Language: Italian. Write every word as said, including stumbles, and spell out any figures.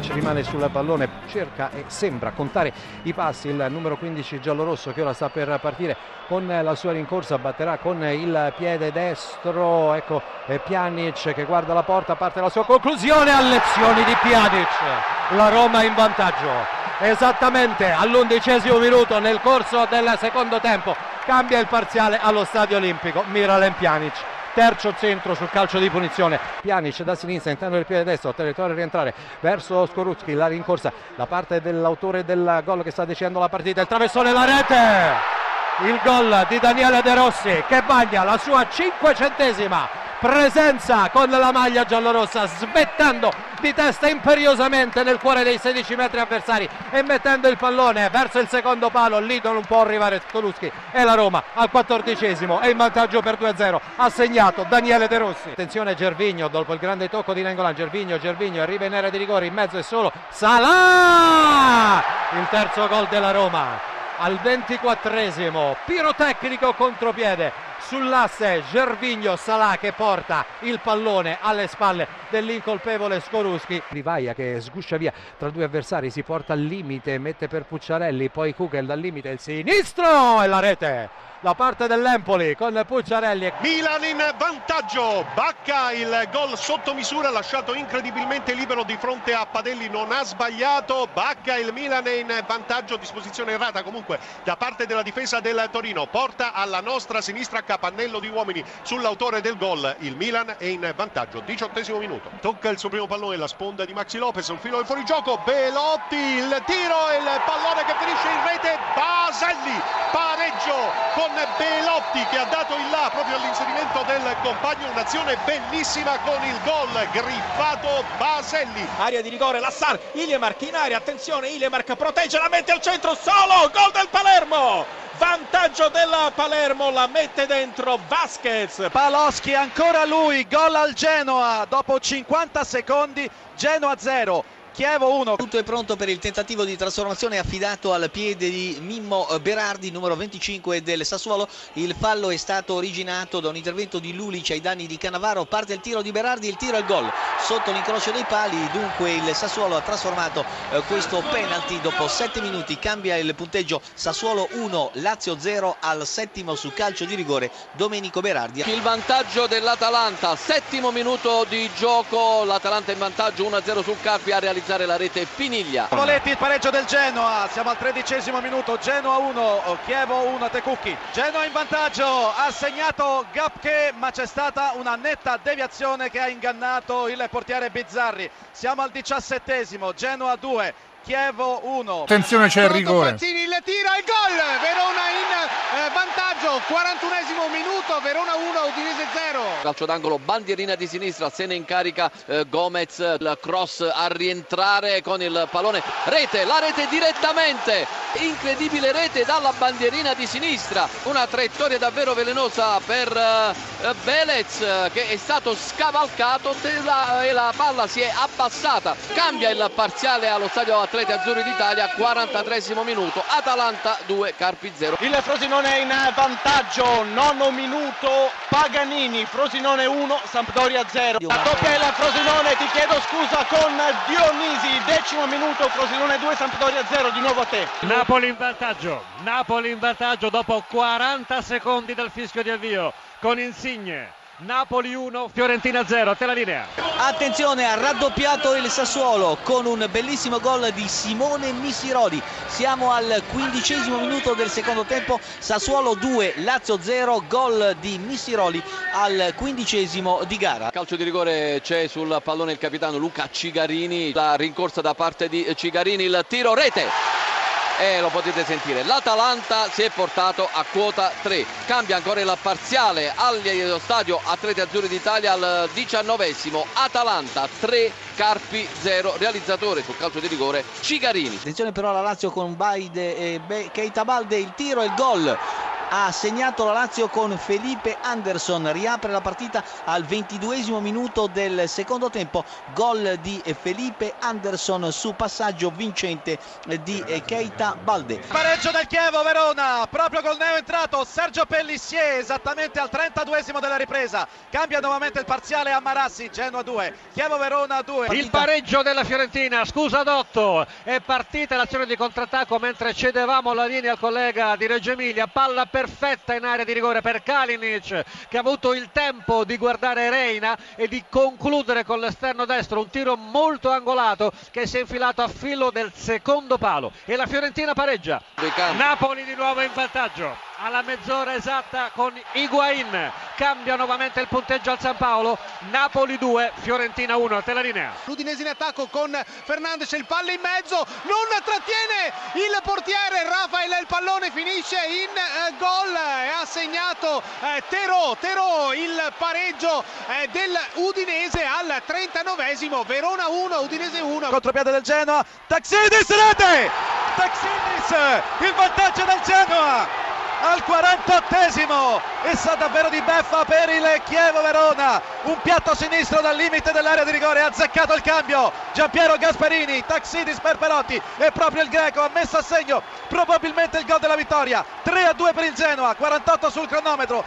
Pjanic rimane sul pallone, cerca e sembra contare i passi il numero quindici giallorosso che ora sta per partire con la sua rincorsa, batterà con il piede destro, ecco Pjanic che guarda la porta, parte la sua conclusione a lezioni di Pjanic, la Roma in vantaggio esattamente all'undicesimo minuto nel corso del secondo tempo, cambia il parziale allo Stadio Olimpico. Miralem Pjanic, terzo centro sul calcio di punizione. Pjanic da sinistra, intendo del piede destro, territorio a rientrare verso Skorupski, la rincorsa da parte dell'autore del gol che sta decidendo la partita, il traversone, la rete! Il gol di Daniele De Rossi che bagna la sua cinquecentesima presenza con la maglia giallorossa, smettendo di testa imperiosamente nel cuore dei sedici metri avversari e mettendo il pallone verso il secondo palo. Lì non può arrivare Skorupski e la Roma al quattordicesimo è in vantaggio per due a zero, ha segnato Daniele De Rossi. Attenzione Gervinho dopo il grande tocco di Nainggolan, Gervinho, Gervinho arriva in area di rigore, in mezzo è solo Salah, il terzo gol della Roma al ventiquattresimo, pirotecnico contropiede sull'asse, Gervinho, Salah che porta il pallone alle spalle dell'incolpevole Skorupski. Rivaia che sguscia via tra due avversari, si porta al limite, mette per Pucciarelli, poi Kugel dal limite, il sinistro e la rete da parte dell'Empoli con Pucciarelli. Milan in vantaggio, Bacca il gol sotto misura, lasciato incredibilmente libero di fronte a Padelli, non ha sbagliato. Bacca, il Milan è in vantaggio, disposizione errata comunque da parte della difesa del Torino, porta alla nostra sinistra capannello di uomini sull'autore del gol. Il Milan è in vantaggio, diciottesimo minuto, tocca il suo primo pallone, la sponda di Maxi Lopez, un filo del fuorigioco, Belotti, il tiro e il pallone che finisce in rete. Baselli, pareggio con Belotti che ha dato il là proprio all'inserimento del compagno, un'azione bellissima con il gol griffato Baselli. Area di rigore, Lassan, Iliemark in area, attenzione, Iliemark protegge, la mette al centro, solo, gol del Palermo! Vantaggio della Palermo, la mette dentro Vasquez. Paloschi, ancora lui, gol al Genoa dopo cinquanta secondi, Genoa zero. Chievo uno. Tutto è pronto per il tentativo di trasformazione affidato al piede di Mimmo Berardi, numero venticinque del Sassuolo. Il fallo è stato originato da un intervento di Lulic ai danni di Cannavaro. Parte il tiro di Berardi, il tiro e il gol sotto l'incrocio dei pali. Dunque il Sassuolo ha trasformato eh, questo penalty dopo sette minuti. Cambia il punteggio, Sassuolo uno, Lazio zero al settimo su calcio di rigore Domenico Berardi. Il vantaggio dell'Atalanta, settimo minuto di gioco, l'Atalanta in vantaggio uno a zero sul Carpi, ha realizzato la rete Piniglia. Voletti, il pareggio del Genoa, siamo al tredicesimo minuto, Genoa uno, Chievo uno, Tekucchi. Genoa in vantaggio, ha segnato Gapke ma c'è stata una netta deviazione che ha ingannato il portiere Bizzarri. Siamo al diciassettesimo, Genoa due, Chievo uno. Attenzione, c'è il rigore. Pazzini, il tira, il gol, Verona in eh, vantaggio, quarantunesimo minuto, Verona uno, Udinese zero. Calcio d'angolo, bandierina di sinistra, se ne incarica eh, Gomez, il cross a rientrare con il pallone, rete, la rete direttamente, incredibile rete dalla bandierina di sinistra, una traiettoria davvero velenosa per eh, Belez che è stato scavalcato e la, e la palla si è abbassata. Cambia il parziale allo stadio Atleti Azzurri d'Italia, quarantatreesimo minuto, Atalanta due, Carpi zero. Il Frosinone in vantaggio, nono minuto, Paganini, Frosinone uno, Sampdoria zero. La doppia il Frosinone, ti chiedo scusa, con Dionisi, decimo minuto, Frosinone due, Sampdoria zero, di nuovo a te. Napoli in vantaggio, Napoli in vantaggio dopo quaranta secondi dal fischio di avvio con Insigne. Napoli uno, Fiorentina zero, a te la linea. Attenzione, ha raddoppiato il Sassuolo con un bellissimo gol di Simone Missiroli. Siamo al quindicesimo minuto del secondo tempo, Sassuolo due, Lazio zero, gol di Missiroli al quindicesimo di gara. Calcio di rigore, c'è sul pallone il capitano Luca Cigarini, la rincorsa da parte di Cigarini, il tiro, rete. E lo potete sentire, l'Atalanta si è portato a quota tre, cambia ancora il parziale allo stadio Atleti Azzurri d'Italia al diciannovesimo, Atalanta tre, Carpi zero, realizzatore sul calcio di rigore Cigarini. Attenzione però alla Lazio con Baide e Keita Balde, il tiro e il gol. ha segnato la Lazio con Felipe Anderson, riapre la partita al ventiduesimo minuto del secondo tempo, gol di Felipe Anderson su passaggio vincente di Keita Balde. Pareggio del Chievo Verona, proprio col neo entrato Sergio Pellissier, esattamente al trentaduesimo della ripresa, cambia nuovamente il parziale a Marassi. Genoa due, Chievo Verona due. Il pareggio della Fiorentina, scusa Dotto, è partita l'azione di contrattacco mentre cedevamo la linea al collega di Reggio Emilia, palla perfetta in area di rigore per Kalinic che ha avuto il tempo di guardare Reina e di concludere con l'esterno destro, un tiro molto angolato che si è infilato a filo del secondo palo e la Fiorentina pareggia. Napoli di nuovo in vantaggio alla mezz'ora esatta con Higuain, cambia nuovamente il punteggio al San Paolo, Napoli due, Fiorentina uno. Te la linea. L'Udinese in attacco con Fernandes, il palla in mezzo, non trattiene il portiere Rafael, il pallone finisce in eh, gol e ha segnato eh, Terò, Terò il pareggio eh, dell'Udinese al trentanovesimo, Verona uno, Udinese uno. Contropiede del Genoa, Taxidis, rete! Taxidis, il vantaggio del Genoa! Al quarantottesimo e sa davvero di beffa per il Chievo Verona, un piatto sinistro dal limite dell'area di rigore, ha azzeccato il cambio Giampiero Gasperini, Taxidis per Perotti e proprio il greco ha messo a segno probabilmente il gol della vittoria. Tre a due per il Genoa, quarantotto sul cronometro.